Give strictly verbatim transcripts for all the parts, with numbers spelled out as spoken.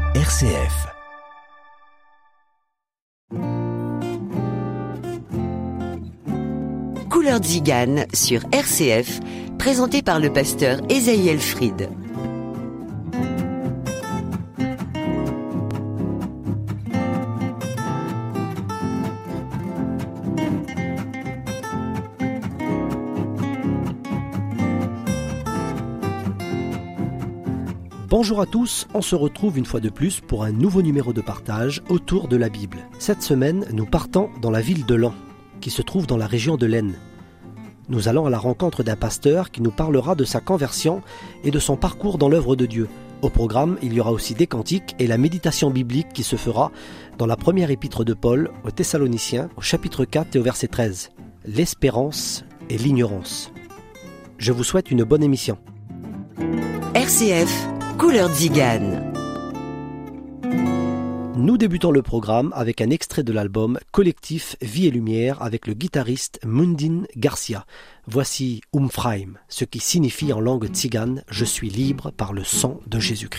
R C F. Couleur Tzigane sur R C F, présenté par le pasteur Esaïe Elfried. Bonjour à tous, on se retrouve une fois de plus pour un nouveau numéro de partage autour de la Bible. Cette semaine, nous partons dans la ville de Laon, qui se trouve dans la région de l'Aisne. Nous allons à la rencontre d'un pasteur qui nous parlera de sa conversion et de son parcours dans l'œuvre de Dieu. Au programme, il y aura aussi des cantiques et la méditation biblique qui se fera dans la première épître de Paul aux Thessaloniciens, au chapitre quatre et au verset treize. L'espérance et l'ignorance. Je vous souhaite une bonne émission. R C F, Couleur Tzigane. Nous débutons le programme avec un extrait de l'album Collectif Vie et Lumière avec le guitariste Mundine Garcia. Voici Umfraim, ce qui signifie en langue tzigane « Je suis libre par le sang de Jésus-Christ ».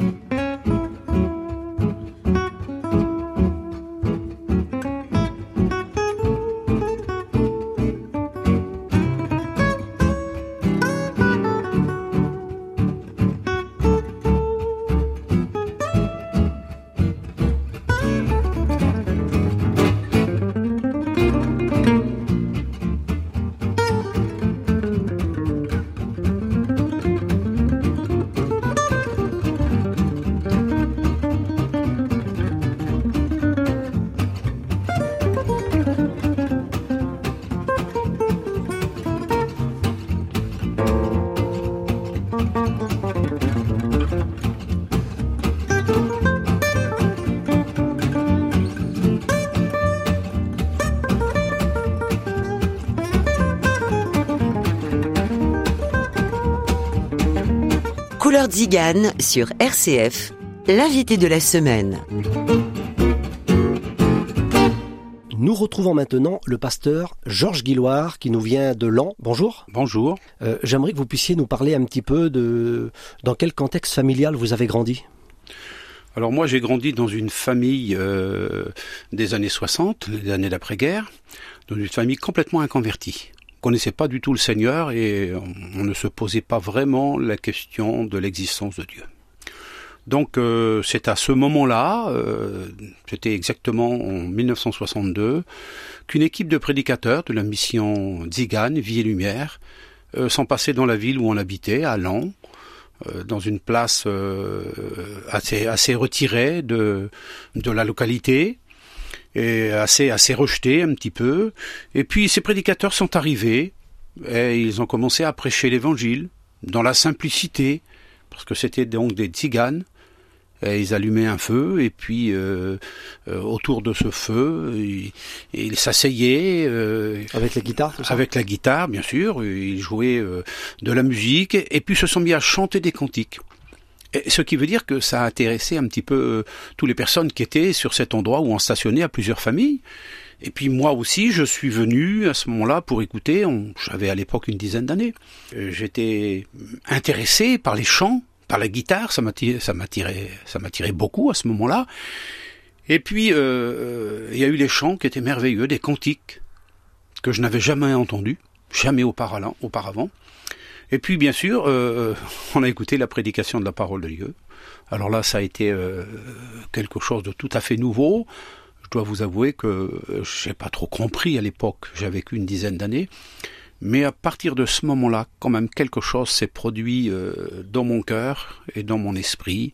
Couleur Tzigane sur R C F, l'invité de la semaine. Nous retrouvons maintenant le pasteur Georges Guilloire qui nous vient de Laon. Bonjour. Bonjour. Euh, j'aimerais que vous puissiez nous parler un petit peu de dans quel contexte familial vous avez grandi. Alors moi j'ai grandi dans une famille euh, des années soixante, les années d'après-guerre, dans une famille complètement inconvertie. On ne connaissait pas du tout le Seigneur et on ne se posait pas vraiment la question de l'existence de Dieu. Donc euh, c'est à ce moment-là, euh, c'était exactement en dix-neuf cent soixante-deux, qu'une équipe de prédicateurs de la mission Tzigane, Vie et Lumière, euh, sont passés dans la ville où on habitait, à Laon, euh, dans une place euh, assez, assez retirée de, de la localité, et assez, assez rejetée un petit peu. Et puis ces prédicateurs sont arrivés et ils ont commencé à prêcher l'évangile dans la simplicité, parce que c'était donc des tziganes. Et ils allumaient un feu et puis euh, euh, autour de ce feu, ils, ils s'asseyaient euh, avec la guitare, tout ça. Avec la guitare, bien sûr. Ils jouaient euh, de la musique et puis se sont mis à chanter des cantiques. Et ce qui veut dire que ça a intéressé un petit peu euh, toutes les personnes qui étaient sur cet endroit où on stationnait à plusieurs familles. Et puis moi aussi, je suis venu à ce moment-là pour écouter. On, j'avais à l'époque une dizaine d'années. Euh, j'étais intéressé par les chants, par la guitare. Ça m'attirait, ça m'attirait, ça m'attirait beaucoup à ce moment-là. Et puis euh, il y a eu les chants qui étaient merveilleux, des cantiques que je n'avais jamais entendus, jamais auparavant. auparavant. Et puis, bien sûr, euh, on a écouté la prédication de la parole de Dieu. Alors là, ça a été euh, quelque chose de tout à fait nouveau. Je dois vous avouer que je n'ai pas trop compris à l'époque. J'avais qu'une dizaine d'années. Mais à partir de ce moment-là, quand même, quelque chose s'est produit euh, dans mon cœur et dans mon esprit.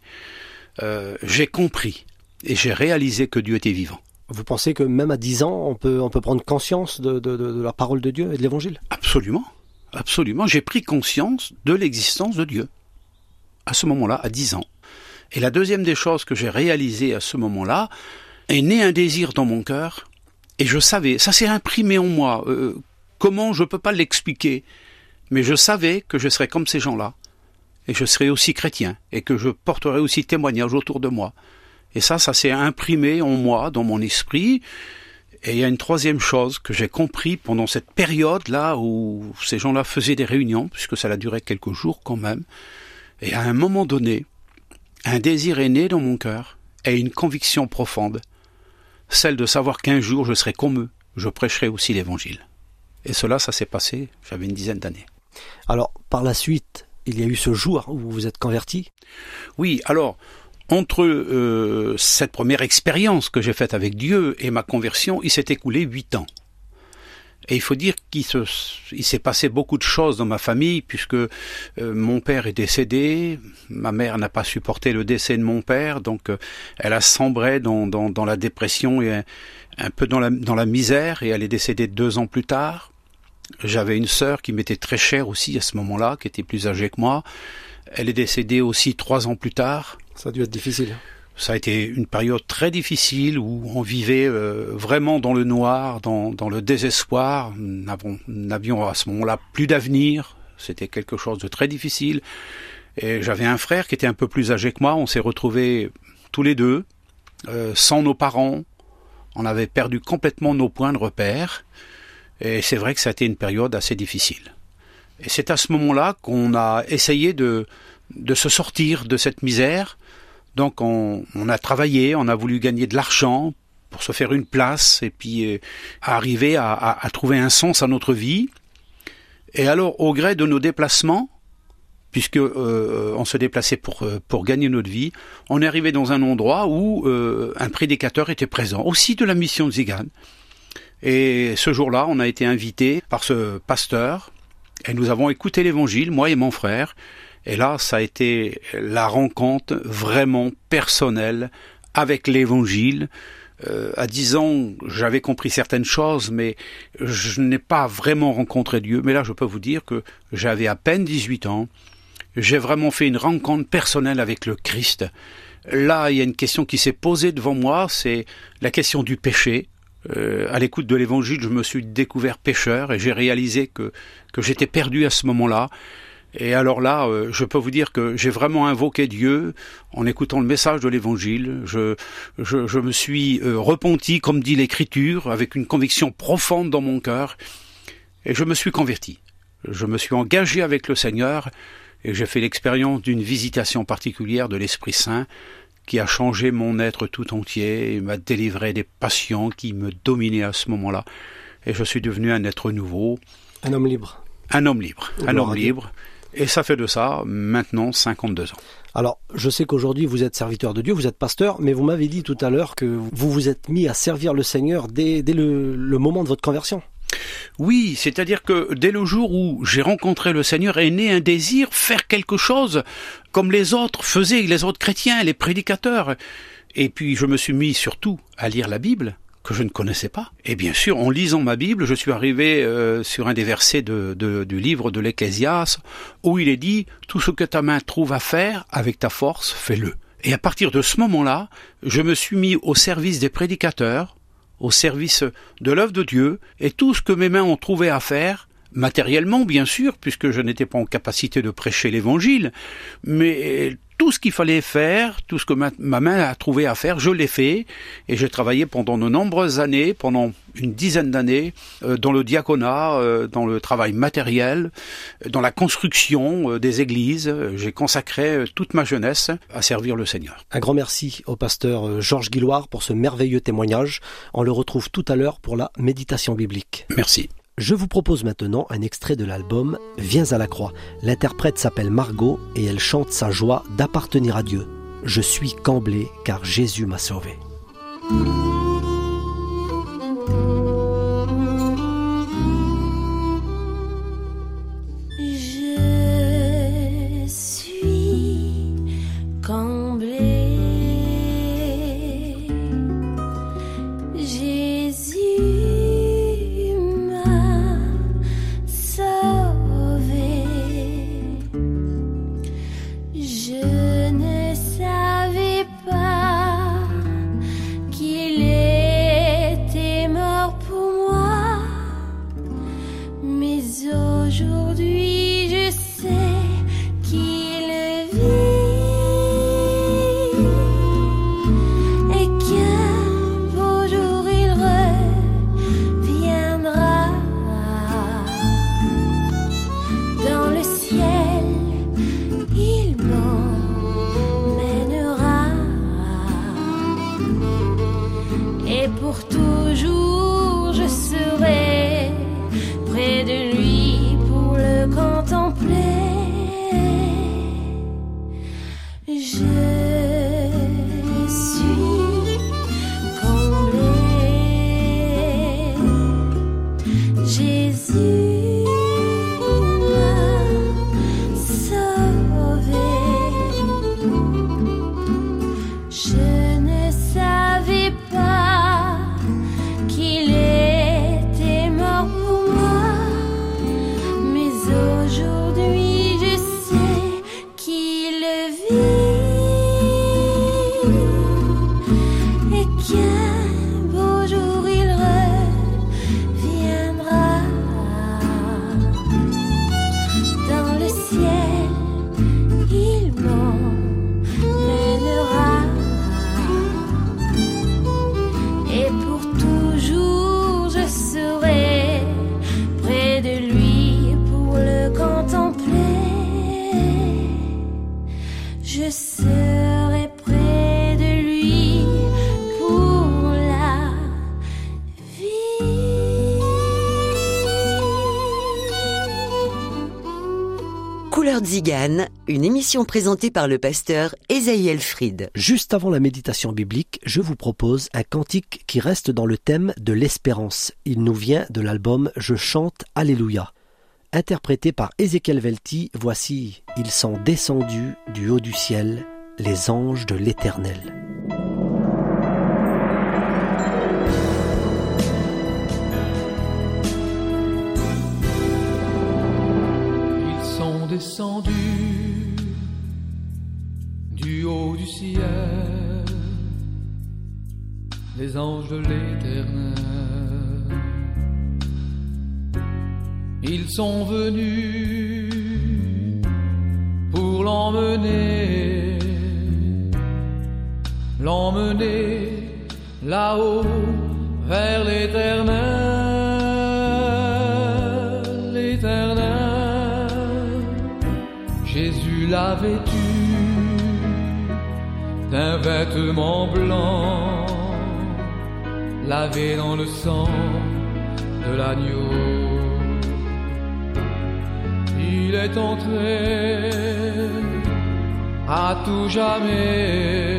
Euh, j'ai compris et j'ai réalisé que Dieu était vivant. Vous pensez que même à dix ans, on peut, on peut prendre conscience de, de, de la parole de Dieu et de l'Évangile ? Absolument. Absolument, j'ai pris conscience de l'existence de Dieu, à ce moment-là, à dix ans. Et la deuxième des choses que j'ai réalisées à ce moment-là, est né un désir dans mon cœur, et je savais, ça s'est imprimé en moi, euh, comment je ne peux pas l'expliquer, mais je savais que je serais comme ces gens-là, et je serais aussi chrétien, et que je porterais aussi témoignage autour de moi. Et ça, ça s'est imprimé en moi, dans mon esprit. Et il y a une troisième chose que j'ai compris pendant cette période-là où ces gens-là faisaient des réunions, puisque ça a duré quelques jours quand même. Et à un moment donné, un désir est né dans mon cœur et une conviction profonde, celle de savoir qu'un jour je serai comme eux, je prêcherai aussi l'Évangile. Et cela, ça s'est passé, j'avais une dizaine d'années. Alors, par la suite, il y a eu ce jour où vous vous êtes converti ? Oui, alors, entre euh, cette première expérience que j'ai faite avec Dieu et ma conversion, il s'est écoulé huit ans. Et il faut dire qu'il se, il s'est passé beaucoup de choses dans ma famille, puisque euh, mon père est décédé, ma mère n'a pas supporté le décès de mon père, donc euh, elle a sombré dans, dans, dans la dépression et un, un peu dans la, dans la misère, et elle est décédée deux ans plus tard. J'avais une sœur qui m'était très chère aussi à ce moment-là, qui était plus âgée que moi. Elle est décédée aussi trois ans plus tard. Ça a dû être difficile. Ça a été une période très difficile où on vivait euh, vraiment dans le noir, dans, dans le désespoir. Nous n'avons, n'avions à ce moment-là plus d'avenir. C'était quelque chose de très difficile. Et j'avais un frère qui était un peu plus âgé que moi. On s'est retrouvés tous les deux, euh, sans nos parents. On avait perdu complètement nos points de repère. Et c'est vrai que ça a été une période assez difficile. Et c'est à ce moment-là qu'on a essayé de, de se sortir de cette misère. Donc on, on a travaillé, on a voulu gagner de l'argent pour se faire une place et puis euh, arriver à, à, à trouver un sens à notre vie. Et alors au gré de nos déplacements, puisque euh, on se déplaçait pour pour gagner notre vie, on est arrivé dans un endroit où euh, un prédicateur était présent, aussi de la mission de Zigane. Et ce jour-là, on a été invité par ce pasteur et nous avons écouté l'évangile, moi et mon frère. Et là, ça a été la rencontre vraiment personnelle avec l'évangile. Euh, à dix ans, j'avais compris certaines choses, mais je n'ai pas vraiment rencontré Dieu. Mais là, je peux vous dire que j'avais à peine dix-huit ans. J'ai vraiment fait une rencontre personnelle avec le Christ. Là, il y a une question qui s'est posée devant moi, c'est la question du péché. Euh, à l'écoute de l'évangile, je me suis découvert pécheur et j'ai réalisé que, que j'étais perdu à ce moment-là. Et alors là, euh, je peux vous dire que j'ai vraiment invoqué Dieu en écoutant le message de l'Évangile. Je, je, je me suis euh, repenti, comme dit l'Écriture, avec une conviction profonde dans mon cœur, et je me suis converti. Je me suis engagé avec le Seigneur, et j'ai fait l'expérience d'une visitation particulière de l'Esprit Saint qui a changé mon être tout entier et m'a délivré des passions qui me dominaient à ce moment-là. Et je suis devenu un être nouveau. Un homme libre. Un homme libre. Un homme libre. Et ça fait de ça, maintenant, cinquante-deux ans. Alors, je sais qu'aujourd'hui, vous êtes serviteur de Dieu, vous êtes pasteur, mais vous m'avez dit tout à l'heure que vous vous êtes mis à servir le Seigneur dès, dès le, le moment de votre conversion. Oui, c'est-à-dire que dès le jour où j'ai rencontré le Seigneur est né un désir faire quelque chose comme les autres faisaient, les autres chrétiens, les prédicateurs. Et puis je me suis mis surtout à lire la Bible, que je ne connaissais pas. Et bien sûr, en lisant ma Bible, je suis arrivé euh, sur un des versets de, de, du livre de l'Ecclésiaste, où il est dit « Tout ce que ta main trouve à faire, avec ta force, fais-le ». Et à partir de ce moment-là, je me suis mis au service des prédicateurs, au service de l'œuvre de Dieu, et tout ce que mes mains ont trouvé à faire, matériellement bien sûr, puisque je n'étais pas en capacité de prêcher l'Évangile, mais tout ce qu'il fallait faire, tout ce que ma, ma main a trouvé à faire, je l'ai fait, et j'ai travaillé pendant de nombreuses années, pendant une dizaine d'années, euh, dans le diaconat, euh, dans le travail matériel, dans la construction euh, des églises. J'ai consacré euh, toute ma jeunesse à servir le Seigneur. Un grand merci au pasteur Georges Guilloire pour ce merveilleux témoignage. On le retrouve tout à l'heure pour la méditation biblique. Merci. Je vous propose maintenant un extrait de l'album « Viens à la croix ». L'interprète s'appelle Margot et elle chante sa joie d'appartenir à Dieu. « Je suis comblé car Jésus m'a sauvé ». Je suis comblé. Jésus aujourd'hui, je sais qu'il vit et qu'un beau jour il reviendra dans le ciel. Il m'emmènera pour toujours je serai près de lui pour le contempler. Je suis comblée. Jésus m'a sauvée. Je ne savais pas qu'il était mort pour moi, mais aujourd'hui je sais qu'il vit et qu'un beau jour il reviendra dans le ciel, il m'emmènera et pour toujours je serai près de lui pour le contempler. Je serai près de lui pour la vie. Couleur Tzigane, une émission présentée par le pasteur Esaïel Fried. Juste avant la méditation biblique, je vous propose un cantique qui reste dans le thème de l'espérance. Il nous vient de l'album Je chante Alléluia. Interprété par Ezekiel Velti, voici « Ils sont descendus du haut du ciel, les anges de l'Éternel ». Ils sont descendus du haut du ciel, les anges de l'Éternel. Ils sont venus pour l'emmener, l'emmener là-haut vers l'Éternel, l'Éternel. Jésus l'a vêtu d'un vêtement blanc, lavé dans le sang de l'agneau. Il est entré à tout jamais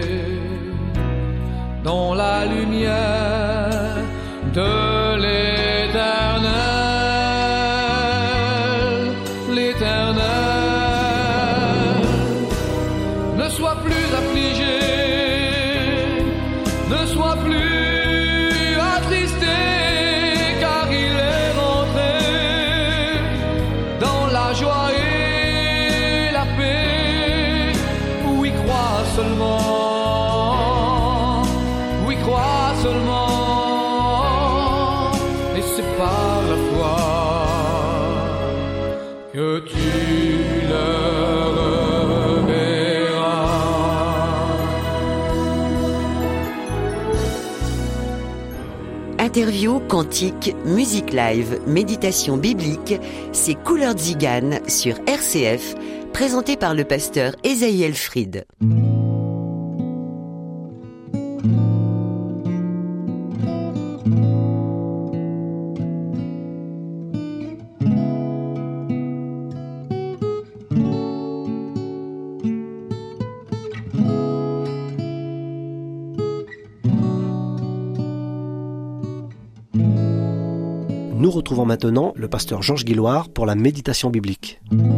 dans la lumière de l'Éternel, l'Éternel. Ne sois plus affligé, ne sois plus attristé, car il est rentré dans la joie et la paix. Oui, crois seulement, oui, crois seulement, et c'est par la foi que tu le reverras. Interview, cantique, musique live, méditation biblique, c'est Couleur Tzigane sur R C F, présenté par le pasteur Esaïel Fried. Nous retrouvons maintenant le pasteur Georges Guilloire pour la méditation biblique.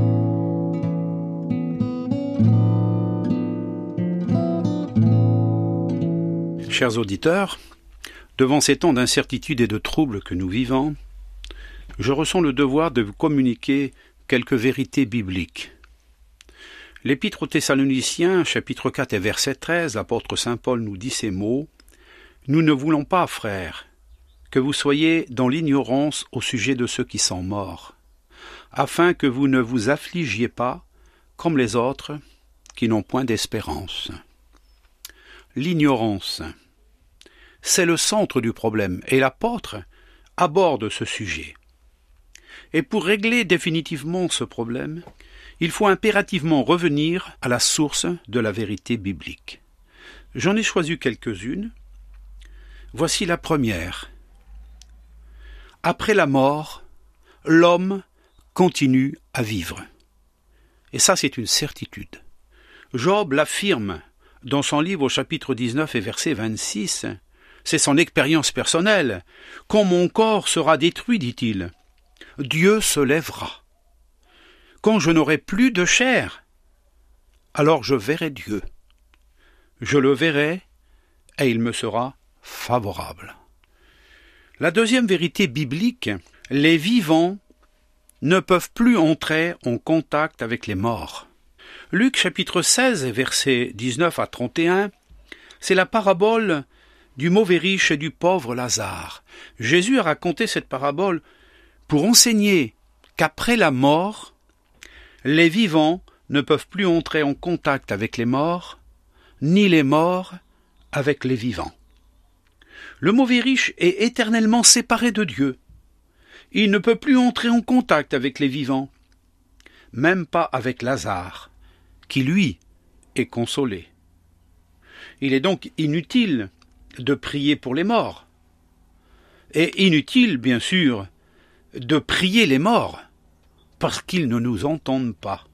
Chers auditeurs, devant ces temps d'incertitude et de troubles que nous vivons, je ressens le devoir de vous communiquer quelques vérités bibliques. L'Épître aux Thessaloniciens, chapitre quatre et verset treize, l'apôtre saint Paul nous dit ces mots : « Nous ne voulons pas, frères, que vous soyez dans l'ignorance au sujet de ceux qui sont morts, afin que vous ne vous affligiez pas, comme les autres, qui n'ont point d'espérance. » L'ignorance, c'est le centre du problème, et l'apôtre aborde ce sujet. Et pour régler définitivement ce problème, il faut impérativement revenir à la source de la vérité biblique. J'en ai choisi quelques-unes. Voici la première. Après la mort, l'homme continue à vivre. Et ça, c'est une certitude. Job l'affirme dans son livre au chapitre dix-neuf et verset vingt-six. C'est son expérience personnelle. « Quand mon corps sera détruit, dit-il, Dieu se lèvera. Quand je n'aurai plus de chair, alors je verrai Dieu. Je le verrai et il me sera favorable. » La deuxième vérité biblique, les vivants ne peuvent plus entrer en contact avec les morts. Luc chapitre seize, versets dix-neuf à trente et un, c'est la parabole du mauvais riche et du pauvre Lazare. Jésus a raconté cette parabole pour enseigner qu'après la mort, les vivants ne peuvent plus entrer en contact avec les morts, ni les morts avec les vivants. Le mauvais riche est éternellement séparé de Dieu. Il ne peut plus entrer en contact avec les vivants, même pas avec Lazare, qui lui est consolé. Il est donc inutile de prier pour les morts, et inutile, bien sûr, de prier les morts, parce qu'ils ne nous entendent pas.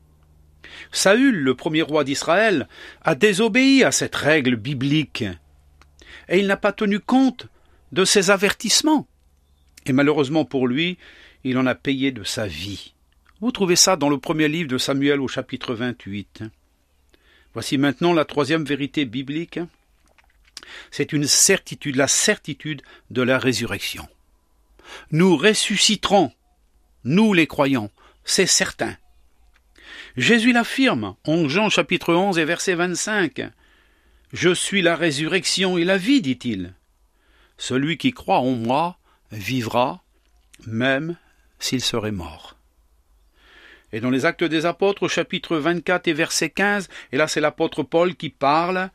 Saül, le premier roi d'Israël, a désobéi à cette règle biblique, et il n'a pas tenu compte de ces avertissements. Et malheureusement pour lui, il en a payé de sa vie. Vous trouvez ça dans le premier livre de Samuel au chapitre vingt-huit. Voici maintenant la troisième vérité biblique. C'est une certitude, la certitude de la résurrection. Nous ressusciterons, nous les croyants, c'est certain. Jésus l'affirme en Jean chapitre onze et verset vingt-cinq. « Je suis la résurrection et la vie, dit-il. Celui qui croit en moi vivra, même s'il serait mort. » Et dans les Actes des Apôtres, chapitre vingt-quatre et verset quinze, et là c'est l'apôtre Paul qui parle,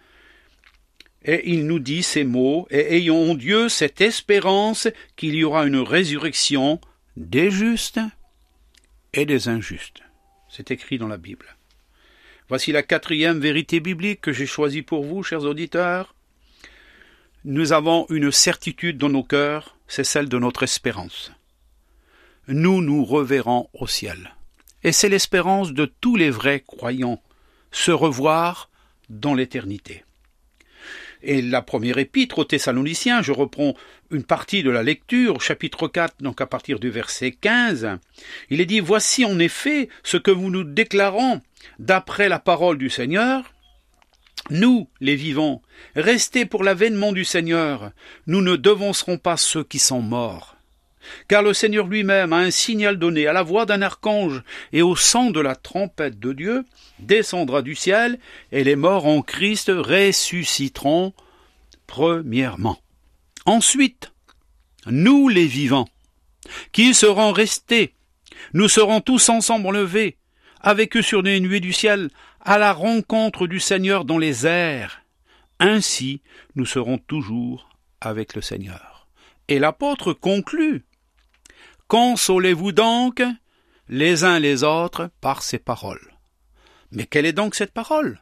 et il nous dit ces mots, « Et ayons en Dieu cette espérance qu'il y aura une résurrection des justes et des injustes. » C'est écrit dans la Bible. Voici la quatrième vérité biblique que j'ai choisie pour vous, chers auditeurs. Nous avons une certitude dans nos cœurs, c'est celle de notre espérance. Nous nous reverrons au ciel. Et c'est l'espérance de tous les vrais croyants, se revoir dans l'éternité. Et la première épître aux Thessaloniciens, je reprends une partie de la lecture, chapitre quatre, donc à partir du verset quinze, il est dit « Voici en effet ce que nous nous déclarons d'après la parole du Seigneur. Nous, les vivants, restés pour l'avènement du Seigneur, nous ne devancerons pas ceux qui sont morts. Car le Seigneur lui-même a un signal donné à la voix d'un archange et au son de la trompette de Dieu, descendra du ciel, et les morts en Christ ressusciteront premièrement. Ensuite, nous les vivants, qui serons restés, nous serons tous ensemble enlevés, avec eux sur les nuées du ciel, à la rencontre du Seigneur dans les airs. Ainsi, nous serons toujours avec le Seigneur. » Et l'apôtre conclut, « Consolez-vous donc les uns les autres par ces paroles. » Mais quelle est donc cette parole?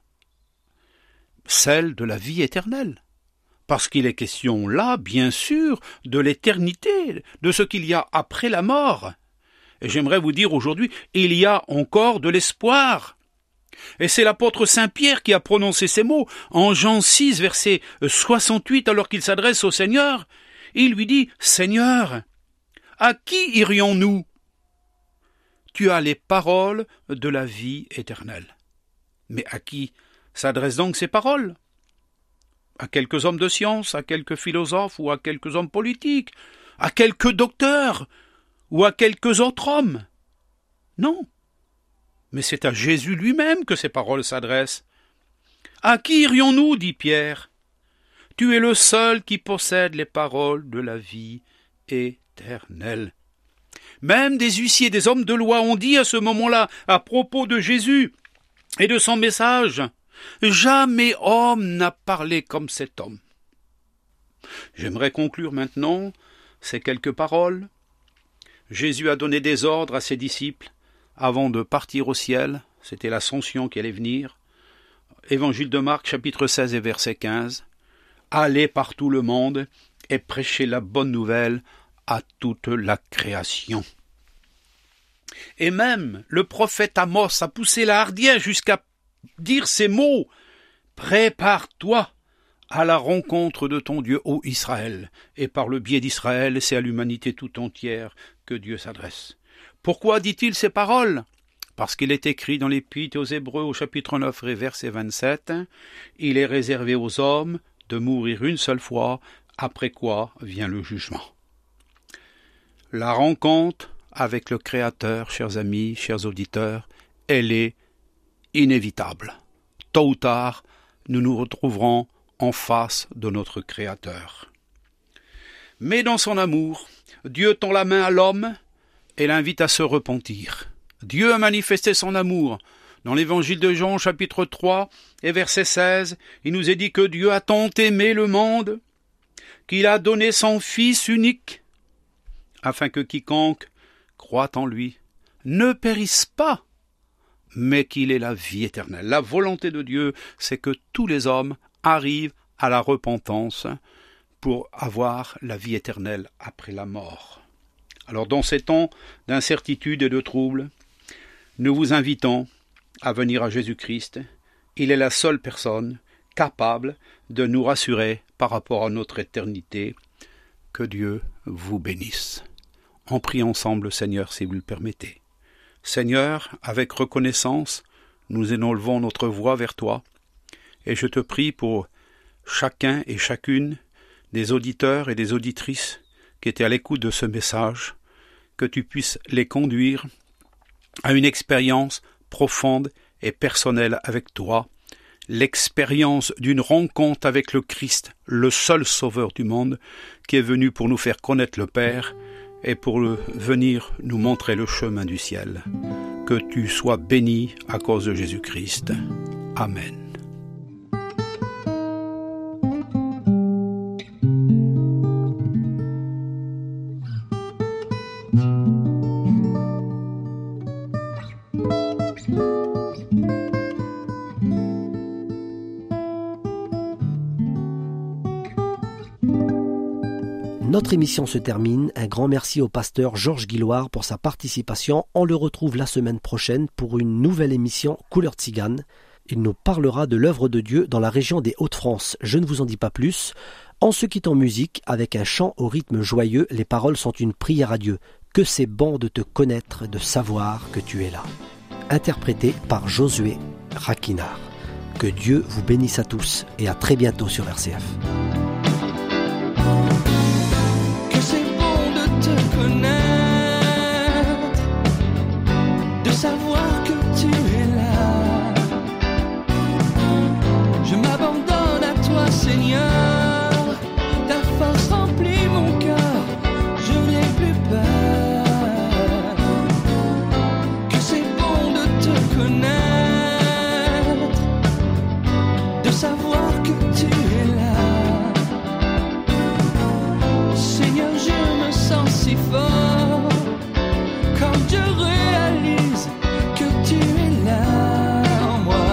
Celle de la vie éternelle. Parce qu'il est question là, bien sûr, de l'éternité, de ce qu'il y a après la mort. Et j'aimerais vous dire aujourd'hui, il y a encore de l'espoir. Et c'est l'apôtre Saint-Pierre qui a prononcé ces mots en Jean six, verset soixante-huit, alors qu'il s'adresse au Seigneur. Il lui dit, « Seigneur, à qui irions-nous? Tu as les paroles de la vie éternelle. » Mais à qui s'adressent donc ces paroles? À quelques hommes de science, à quelques philosophes ou à quelques hommes politiques, à quelques docteurs ou à quelques autres hommes? Non. Mais c'est à Jésus lui-même que ces paroles s'adressent. « À qui irions-nous, dit Pierre? Tu es le seul qui possède les paroles de la vie éternelle. » Même des huissiers, des hommes de loi ont dit à ce moment-là, à propos de Jésus et de son message, « Jamais homme n'a parlé comme cet homme. » J'aimerais conclure maintenant ces quelques paroles. Jésus a donné des ordres à ses disciples avant de partir au ciel. C'était l'ascension qui allait venir. Évangile de Marc, chapitre seize et verset quinze. « allez par tout le monde et prêchez la bonne nouvelle à toute la création. Et même le prophète Amos a poussé la hardiesse jusqu'à dire ces mots. Prépare-toi à la rencontre de ton Dieu, ô Israël. Et par le biais d'Israël, c'est à l'humanité tout entière que Dieu s'adresse. Pourquoi dit-il ces paroles? Parce qu'il est écrit dans l'Épître aux Hébreux au chapitre neuf verset vingt-sept, « Il est réservé aux hommes de mourir une seule fois, après quoi vient le jugement. » La rencontre avec le Créateur, chers amis, chers auditeurs, elle est inévitable. Tôt ou tard, nous nous retrouverons en face de notre Créateur. Mais dans son amour, Dieu tend la main à l'homme et l'invite à se repentir. Dieu a manifesté son amour. Dans l'évangile de Jean, chapitre trois et verset seize, il nous est dit que Dieu a tant aimé le monde qu'il a donné son Fils unique, afin que quiconque croit en lui ne périsse pas, mais qu'il ait la vie éternelle. La volonté de Dieu, c'est que tous les hommes arrivent à la repentance pour avoir la vie éternelle après la mort. Alors dans ces temps d'incertitude et de trouble, nous vous invitons à venir à Jésus-Christ. Il est la seule personne capable de nous rassurer par rapport à notre éternité. Que Dieu vous bénisse. On prie ensemble, Seigneur, si vous le permettez. Seigneur, avec reconnaissance, nous élevons notre voix vers toi, et je te prie pour chacun et chacune des auditeurs et des auditrices qui étaient à l'écoute de ce message, que tu puisses les conduire à une expérience profonde et personnelle avec toi, l'expérience d'une rencontre avec le Christ, le seul sauveur du monde, qui est venu pour nous faire connaître le Père et pour le, venir nous montrer le chemin du ciel. Que tu sois béni à cause de Jésus-Christ. Amen. Notre émission se termine. Un grand merci au pasteur Georges Guilloire pour sa participation. On le retrouve la semaine prochaine pour une nouvelle émission Couleur Tzigane. Il nous parlera de l'œuvre de Dieu dans la région des Hauts-de-France. Je ne vous en dis pas plus. On se quitte en musique avec un chant au rythme joyeux. Les paroles sont une prière à Dieu. Que c'est bon de te connaître, de savoir que tu es là. Interprété par Josué Rakinard. Que Dieu vous bénisse à tous et à très bientôt sur R C F. De savoir que tu es là, je m'abandonne à toi, Seigneur. Ta force remplit mon cœur, je n'ai plus peur. Que c'est bon de te connaître, de savoir que tu es là. Seigneur, je me sens si fort quand je réalise que tu es là en moi.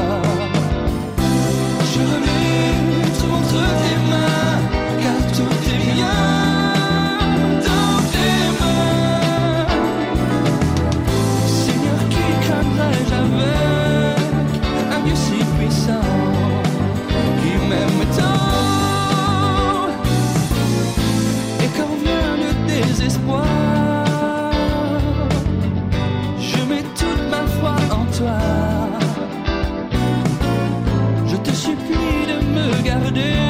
Je lutte entre tes mains, car tout est bien dans tes mains. Seigneur, qui craindrais-je avec un Dieu si puissant, qui m'aime tant. Et quand vient le désespoir, je te supplie de me garder.